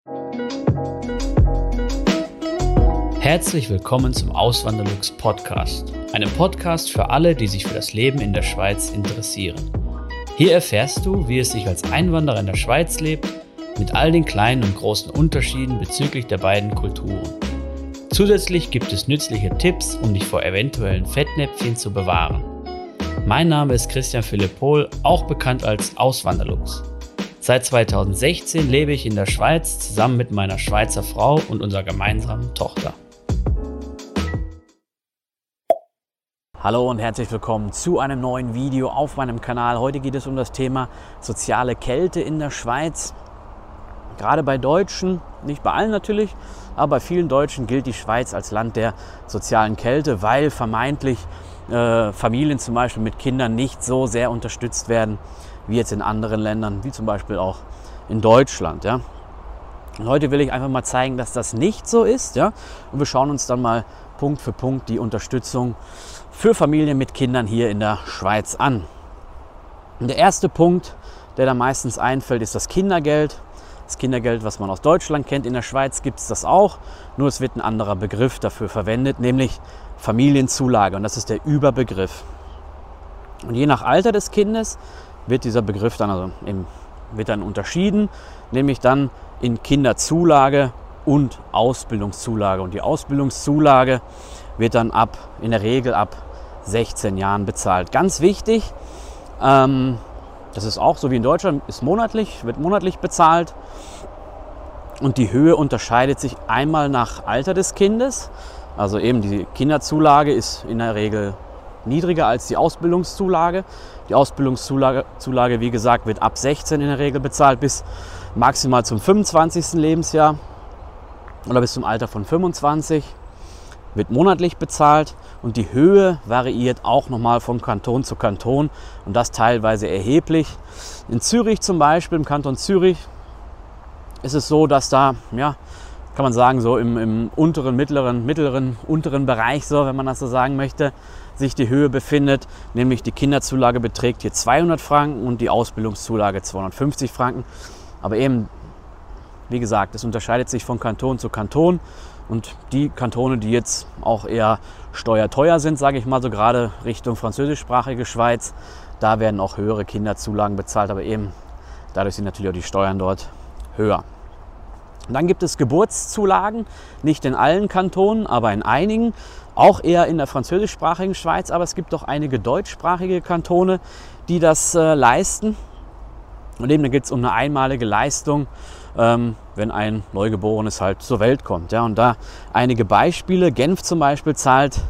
Herzlich willkommen zum Auswanderlux Podcast, einem Podcast für alle, die sich für das Leben in der Schweiz interessieren. Hier erfährst du, wie es sich als Einwanderer in der Schweiz lebt, mit all den kleinen und großen Unterschieden bezüglich der beiden Kulturen. Zusätzlich gibt es nützliche Tipps, um dich vor eventuellen Fettnäpfchen zu bewahren. Mein Name ist Christian Philipp Pohl, auch bekannt als Auswanderlux. Seit 2016 lebe ich in der Schweiz zusammen mit meiner Schweizer Frau und unserer gemeinsamen Tochter. Hallo und herzlich willkommen zu einem neuen Video auf meinem Kanal. Heute geht es um das Thema soziale Kälte in der Schweiz. Gerade bei Deutschen, nicht bei allen natürlich, aber bei vielen Deutschen gilt die Schweiz als Land der sozialen Kälte, weil vermeintlich Familien zum Beispiel mit Kindern nicht so sehr unterstützt werden wie jetzt in anderen Ländern, wie zum Beispiel auch in Deutschland. Ja. Und heute will ich einfach mal zeigen, dass das nicht so ist. Ja. Und wir schauen uns dann mal Punkt für Punkt die Unterstützung für Familien mit Kindern hier in der Schweiz an. Und der erste Punkt, der da meistens einfällt, ist das Kindergeld. Das Kindergeld, was man aus Deutschland kennt, in der Schweiz gibt es das auch, nur es wird ein anderer Begriff dafür verwendet, nämlich Familienzulage, und das ist der Überbegriff. Und je nach Alter des Kindes wird dieser Begriff dann, wird dann unterschieden, nämlich dann in Kinderzulage und Ausbildungszulage. Und die Ausbildungszulage wird dann in der Regel ab 16 Jahren bezahlt. Ganz wichtig, das ist auch so wie in Deutschland, wird monatlich bezahlt. Und die Höhe unterscheidet sich einmal nach Alter des Kindes. Also eben die Kinderzulage ist in der Regel niedriger als die Ausbildungszulage. Die Ausbildungszulage, wie gesagt, wird ab 16 in der Regel bezahlt bis maximal zum 25. Lebensjahr oder bis zum Alter von 25. Wird monatlich bezahlt und die Höhe variiert auch nochmal von Kanton zu Kanton und das teilweise erheblich. In Zürich zum Beispiel, im Kanton Zürich, ist es so, dass da, ja, kann man sagen, so im unteren, unteren Bereich, so, wenn man das so sagen möchte, sich die Höhe befindet. Nämlich die Kinderzulage beträgt hier 200 Franken und die Ausbildungszulage 250 Franken. Aber eben, wie gesagt, es unterscheidet sich von Kanton zu Kanton. Und die Kantone, die jetzt auch eher steuerteuer sind, sage ich mal, so gerade Richtung französischsprachige Schweiz, da werden auch höhere Kinderzulagen bezahlt, aber eben dadurch sind natürlich auch die Steuern dort höher. Und dann gibt es Geburtszulagen, nicht in allen Kantonen, aber in einigen, auch eher in der französischsprachigen Schweiz, aber es gibt auch einige deutschsprachige Kantone, die das leisten. Und eben da geht es um eine einmalige Leistung, wenn ein Neugeborenes halt zur Welt kommt. Ja. Und da einige Beispiele. Genf zum Beispiel zahlt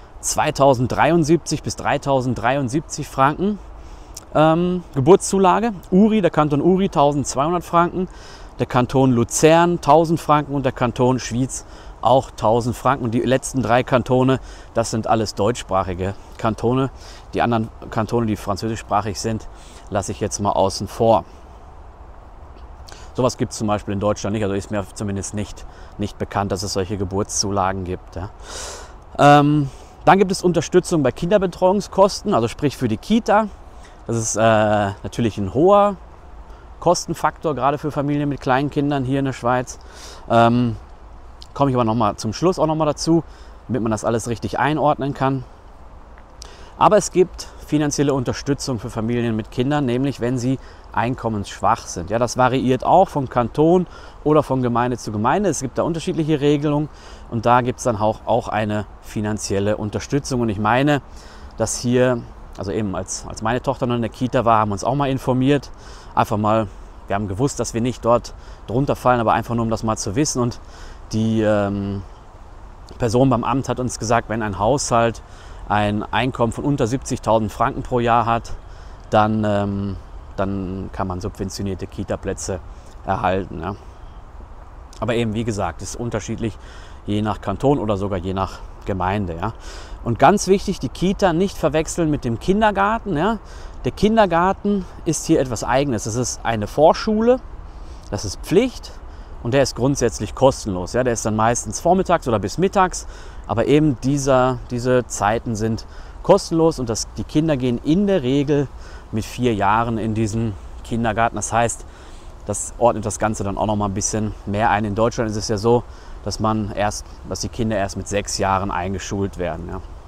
2073 bis 3073 Franken Geburtszulage. Der Kanton Uri 1200 Franken. Der Kanton Luzern 1000 Franken und der Kanton Schwyz auch 1000 Franken. Und die letzten 3 Kantone, das sind alles deutschsprachige Kantone. Die anderen Kantone, die französischsprachig sind, lasse ich jetzt mal außen vor. Sowas gibt es zum Beispiel in Deutschland nicht, also ist mir zumindest nicht bekannt, dass es solche Geburtszulagen gibt. Ja. Dann gibt es Unterstützung bei Kinderbetreuungskosten, also sprich für die Kita. Das ist natürlich ein hoher Kostenfaktor, gerade für Familien mit kleinen Kindern hier in der Schweiz. Komme ich aber nochmal zum Schluss auch nochmal dazu, damit man das alles richtig einordnen kann. Aber es gibt finanzielle Unterstützung für Familien mit Kindern, nämlich wenn sie einkommensschwach sind. Ja, das variiert auch von Kanton oder von Gemeinde zu Gemeinde. Es gibt da unterschiedliche Regelungen und da gibt es dann auch eine finanzielle Unterstützung. Und ich meine, dass hier, also eben als meine Tochter noch in der Kita war, haben wir uns auch mal informiert. Einfach mal, wir haben gewusst, dass wir nicht dort drunter fallen, aber einfach nur, um das mal zu wissen. Und die Person beim Amt hat uns gesagt, wenn ein Haushalt ein Einkommen von unter 70.000 Franken pro Jahr hat, dann kann man subventionierte Kita-Plätze erhalten. Ja. Aber eben, wie gesagt, ist unterschiedlich, je nach Kanton oder sogar je nach Gemeinde. Ja. Und ganz wichtig, die Kita nicht verwechseln mit dem Kindergarten. Ja. Der Kindergarten ist hier etwas Eigenes. Es ist eine Vorschule, das ist Pflicht und der ist grundsätzlich kostenlos. Ja. Der ist dann meistens vormittags oder bis mittags, aber eben diese Zeiten sind kostenlos und die Kinder gehen in der Regel mit 4 Jahren in diesen Kindergarten. Das heißt, Das ordnet das Ganze dann auch noch mal ein bisschen mehr ein. In Deutschland ist es ja so, dass die Kinder erst mit 6 Jahren eingeschult werden.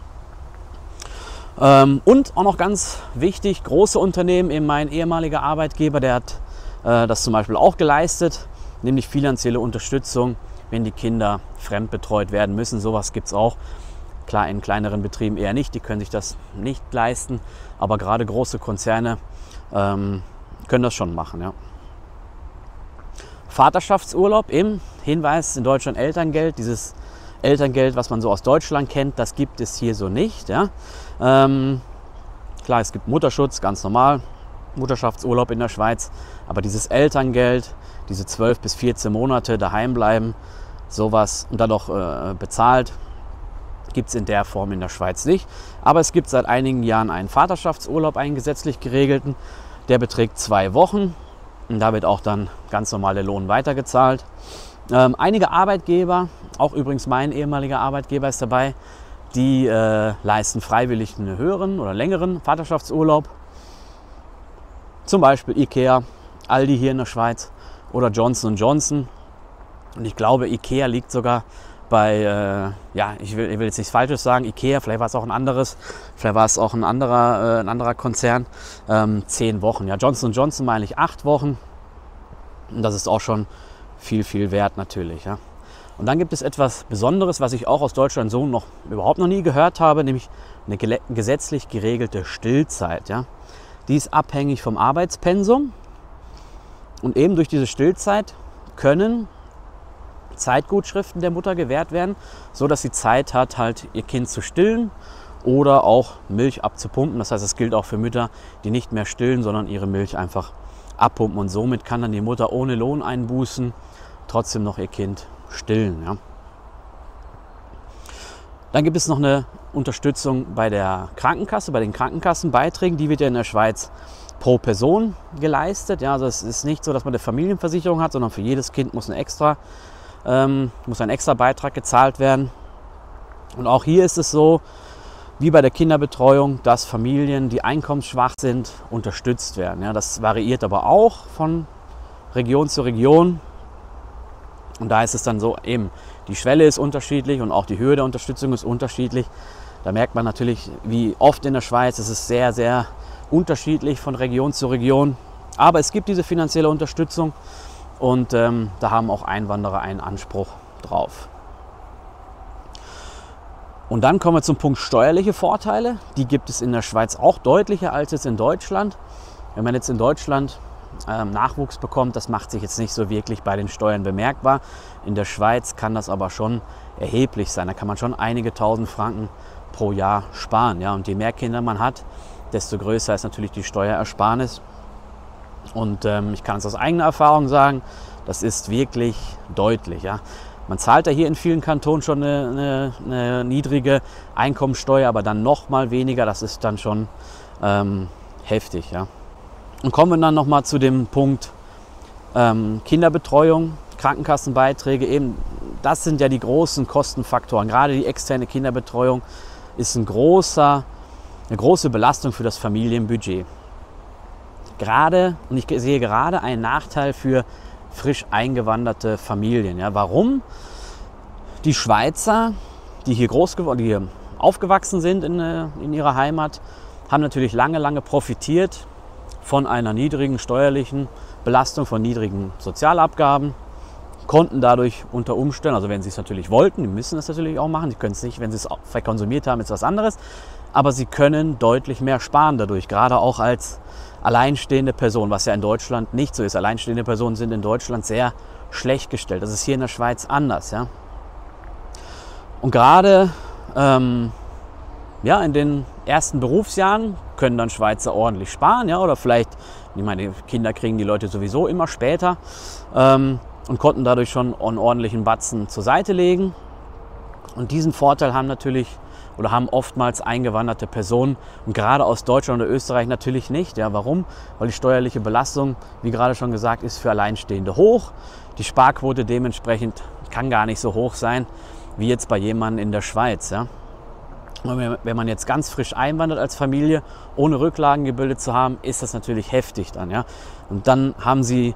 Ja. Und auch noch ganz wichtig, große Unternehmen, eben mein ehemaliger Arbeitgeber, der hat das zum Beispiel auch geleistet, nämlich finanzielle Unterstützung, wenn die Kinder fremdbetreut werden müssen. Sowas gibt es auch. Klar, in kleineren Betrieben eher nicht, die können sich das nicht leisten, aber gerade große Konzerne können das schon machen. Ja. Vaterschaftsurlaub, eben Hinweis, in Deutschland Elterngeld. Dieses Elterngeld, was man so aus Deutschland kennt, das gibt es hier so nicht. Ja. Klar, es gibt Mutterschutz, ganz normal, Mutterschaftsurlaub in der Schweiz, aber dieses Elterngeld, diese 12 bis 14 Monate daheim bleiben, sowas und dann noch bezahlt, gibt es in der Form in der Schweiz nicht. Aber es gibt seit einigen Jahren einen Vaterschaftsurlaub, einen gesetzlich geregelten, der beträgt 2 Wochen. Und da wird auch dann ganz normal der Lohn weitergezahlt. Einige Arbeitgeber, auch übrigens mein ehemaliger Arbeitgeber ist dabei, die leisten freiwillig einen höheren oder längeren Vaterschaftsurlaub. Zum Beispiel Ikea, Aldi hier in der Schweiz oder Johnson & Johnson. Und ich glaube, Ikea liegt sogar bei, ich will jetzt nichts Falsches sagen, Ikea, vielleicht war es auch ein anderes, vielleicht war es auch ein anderer Konzern, 10 Wochen. Ja, Johnson & Johnson meine ich 8 Wochen und das ist auch schon viel, viel wert natürlich. Ja. Und dann gibt es etwas Besonderes, was ich auch aus Deutschland so überhaupt noch nie gehört habe, nämlich eine gesetzlich geregelte Stillzeit. Ja. Die ist abhängig vom Arbeitspensum und eben durch diese Stillzeit können Zeitgutschriften der Mutter gewährt werden, so dass sie Zeit hat, halt ihr Kind zu stillen oder auch Milch abzupumpen. Das heißt, es gilt auch für Mütter, die nicht mehr stillen, sondern ihre Milch einfach abpumpen. Und somit kann dann die Mutter ohne Lohneinbußen trotzdem noch ihr Kind stillen. Ja. Dann gibt es noch eine Unterstützung bei der Krankenkasse, bei den Krankenkassenbeiträgen. Die wird ja in der Schweiz pro Person geleistet. Ja, also es ist nicht so, dass man eine Familienversicherung hat, sondern für jedes Kind muss ein extra Beitrag gezahlt werden. Und auch hier ist es so, wie bei der Kinderbetreuung, dass Familien, die einkommensschwach sind, unterstützt werden. Ja, das variiert aber auch von Region zu Region. Und da ist es dann so, eben die Schwelle ist unterschiedlich und auch die Höhe der Unterstützung ist unterschiedlich. Da merkt man natürlich, wie oft in der Schweiz, es ist sehr, sehr unterschiedlich von Region zu Region. Aber es gibt diese finanzielle Unterstützung. Und da haben auch Einwanderer einen Anspruch drauf. Und dann kommen wir zum Punkt steuerliche Vorteile. Die gibt es in der Schweiz auch deutlicher als jetzt in Deutschland. Wenn man jetzt in Deutschland Nachwuchs bekommt, das macht sich jetzt nicht so wirklich bei den Steuern bemerkbar. In der Schweiz kann das aber schon erheblich sein. Da kann man schon einige tausend Franken pro Jahr sparen. Ja? Und je mehr Kinder man hat, desto größer ist natürlich die Steuerersparnis. Und ich kann es aus eigener Erfahrung sagen, das ist wirklich deutlich. Ja. Man zahlt ja hier in vielen Kantonen schon eine niedrige Einkommensteuer, aber dann noch mal weniger, das ist dann schon heftig. Ja. Und kommen wir dann noch mal zu dem Punkt Kinderbetreuung, Krankenkassenbeiträge. Eben, das sind ja die großen Kostenfaktoren. Gerade die externe Kinderbetreuung ist eine große Belastung für das Familienbudget. Und ich sehe gerade einen Nachteil für frisch eingewanderte Familien. Ja, warum? Die Schweizer, die hier aufgewachsen sind in ihrer Heimat, haben natürlich lange profitiert von einer niedrigen steuerlichen Belastung, von niedrigen Sozialabgaben, konnten dadurch unter Umständen, also wenn sie es natürlich wollten, die müssen das natürlich auch machen, sie können es nicht, wenn sie es verkonsumiert haben, ist was anderes, aber sie können deutlich mehr sparen dadurch, gerade auch als alleinstehende Person, was ja in Deutschland nicht so ist. Alleinstehende Personen sind in Deutschland sehr schlecht gestellt. Das ist hier in der Schweiz anders. Ja? Und gerade in den ersten Berufsjahren können dann Schweizer ordentlich sparen. Ja? Oder vielleicht, ich meine, die Kinder kriegen die Leute sowieso immer später und konnten dadurch schon einen ordentlichen Batzen zur Seite legen. Und diesen Vorteil haben oftmals eingewanderte Personen und gerade aus Deutschland oder Österreich natürlich nicht. Ja, warum? Weil die steuerliche Belastung, wie gerade schon gesagt, ist für Alleinstehende hoch. Die Sparquote dementsprechend kann gar nicht so hoch sein wie jetzt bei jemandem in der Schweiz. Ja. Und wenn man jetzt ganz frisch einwandert als Familie, ohne Rücklagen gebildet zu haben, ist das natürlich heftig dann. Ja. Und dann haben sie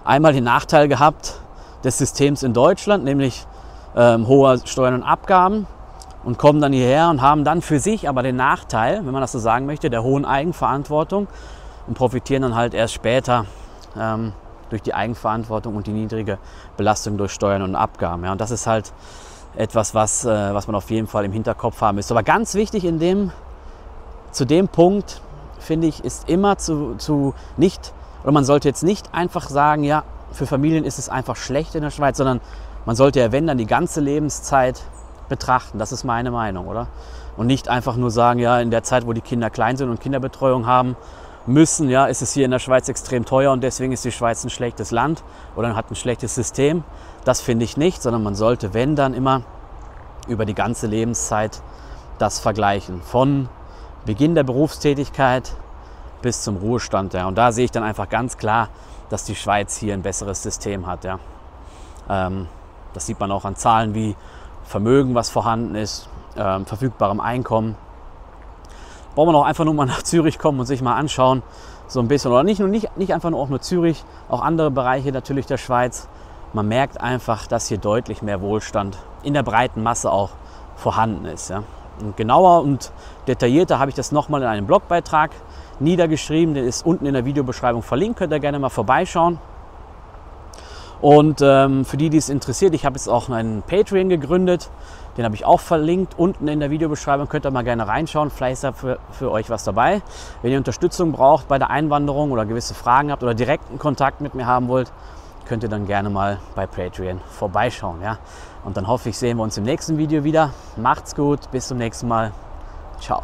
einmal den Nachteil gehabt des Systems in Deutschland, nämlich hohe Steuern und Abgaben, und kommen dann hierher und haben dann für sich aber den Nachteil, wenn man das so sagen möchte, der hohen Eigenverantwortung und profitieren dann halt erst später durch die Eigenverantwortung und die niedrige Belastung durch Steuern und Abgaben. Ja, und das ist halt etwas, was man auf jeden Fall im Hinterkopf haben müsste. Aber ganz wichtig zu dem Punkt, finde ich, ist immer man sollte jetzt nicht einfach sagen, ja, für Familien ist es einfach schlecht in der Schweiz, sondern man sollte ja, wenn, dann die ganze Lebenszeit betrachten. Das ist meine Meinung, oder? Und nicht einfach nur sagen, ja, in der Zeit, wo die Kinder klein sind und Kinderbetreuung haben müssen, ja, ist es hier in der Schweiz extrem teuer und deswegen ist die Schweiz ein schlechtes Land oder hat ein schlechtes System. Das finde ich nicht, sondern man sollte, wenn, dann immer über die ganze Lebenszeit das vergleichen. Von Beginn der Berufstätigkeit bis zum Ruhestand. Ja. Und da sehe ich dann einfach ganz klar, dass die Schweiz hier ein besseres System hat. Ja. Das sieht man auch an Zahlen wie Vermögen, was vorhanden ist, verfügbarem Einkommen. Braucht man auch einfach nur mal nach Zürich kommen und sich mal anschauen, so ein bisschen. Oder nicht einfach nur Zürich, auch andere Bereiche natürlich der Schweiz. Man merkt einfach, dass hier deutlich mehr Wohlstand in der breiten Masse auch vorhanden ist. Ja. Und genauer und detaillierter habe ich das nochmal in einem Blogbeitrag niedergeschrieben. Der ist unten in der Videobeschreibung verlinkt, könnt ihr gerne mal vorbeischauen. Und für die es interessiert, ich habe jetzt auch einen Patreon gegründet. Den habe ich auch verlinkt. Unten in der Videobeschreibung könnt ihr mal gerne reinschauen. Vielleicht ist da für euch was dabei. Wenn ihr Unterstützung braucht bei der Einwanderung oder gewisse Fragen habt oder direkten Kontakt mit mir haben wollt, könnt ihr dann gerne mal bei Patreon vorbeischauen. Ja? Und dann hoffe ich, sehen wir uns im nächsten Video wieder. Macht's gut, bis zum nächsten Mal. Ciao.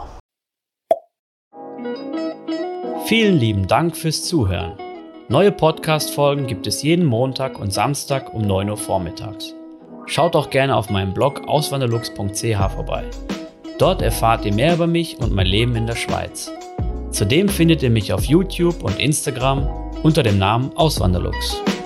Vielen lieben Dank fürs Zuhören. Neue Podcast-Folgen gibt es jeden Montag und Samstag um 9 Uhr vormittags. Schaut auch gerne auf meinem Blog auswanderlux.ch vorbei. Dort erfahrt ihr mehr über mich und mein Leben in der Schweiz. Zudem findet ihr mich auf YouTube und Instagram unter dem Namen Auswanderlux.